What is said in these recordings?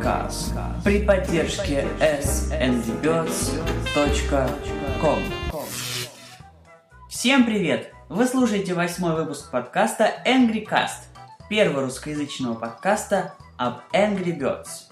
подкаст при поддержке sngirls.com. Всем привет! Вы слушаете 8-й выпуск подкаста Angry Cast, первого русскоязычного подкаста об Angry Birds.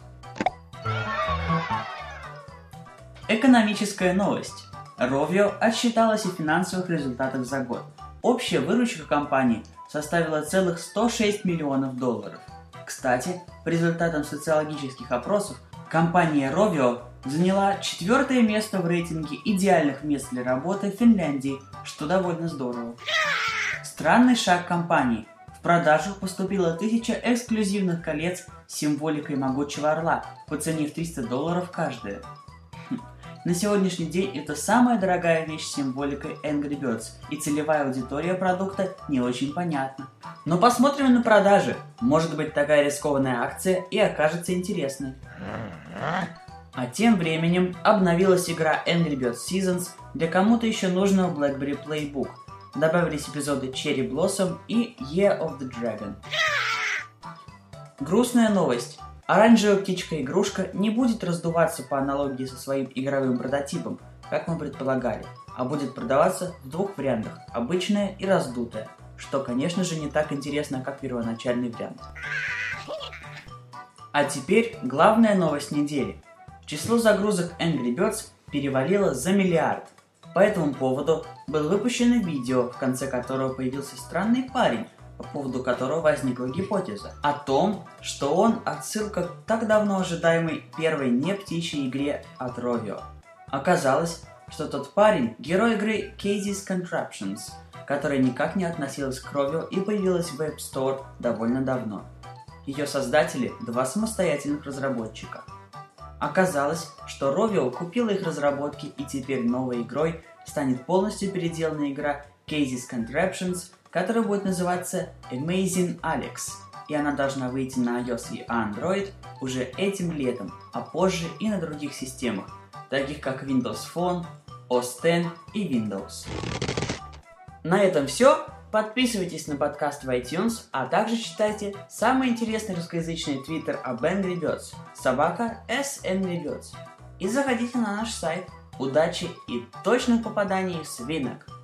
Экономическая новость. Rovio отчиталась о финансовых результатах за год. Общая выручка компании составила целых $106 миллионов. Кстати, по результатам социологических опросов, компания Rovio заняла 4-е место в рейтинге идеальных мест для работы в Финляндии, что довольно здорово. Странный шаг компании. В продажу поступило 1000 эксклюзивных колец с символикой могучего орла по цене в $300 каждая. На сегодняшний день это самая дорогая вещь с символикой Angry Birds, и целевая аудитория продукта не очень понятна. Но посмотрим на продажи. Может быть, такая рискованная акция и окажется интересной. А тем временем обновилась игра Angry Birds Seasons для кому-то еще нужного BlackBerry Playbook. Добавились эпизоды Cherry Blossom и Year of the Dragon. Грустная новость. Оранжевая птичка-игрушка не будет раздуваться по аналогии со своим игровым прототипом, как мы предполагали, а будет продаваться в двух вариантах – обычная и раздутая, что, конечно же, не так интересно, как первоначальный вариант. А теперь главная новость недели. Число загрузок Angry Birds перевалило за 1 миллиард. По этому поводу было выпущено видео, в конце которого появился странный парень, по поводу которого возникла гипотеза о том, что он отсылка к так давно ожидаемой первой не птичьей игре от Rovio. Оказалось, что тот парень – герой игры Casey's Contraptions, которая никак не относилась к Rovio и появилась в App Store довольно давно. Ее создатели – 2 самостоятельных разработчика. Оказалось, что Rovio купила их разработки, и теперь новой игрой станет полностью переделанная игра Casey's Contraptions, которая будет называться Amazing Alex, и она должна выйти на iOS и Android уже этим летом, а позже и на других системах, таких как Windows Phone, OS X и Windows. На этом все. Подписывайтесь на подкаст в iTunes, а также читайте самый интересный русскоязычный твиттер об Angry Birds @sngrbirds. И заходите на наш сайт. Удачи и точных попаданий в свинок!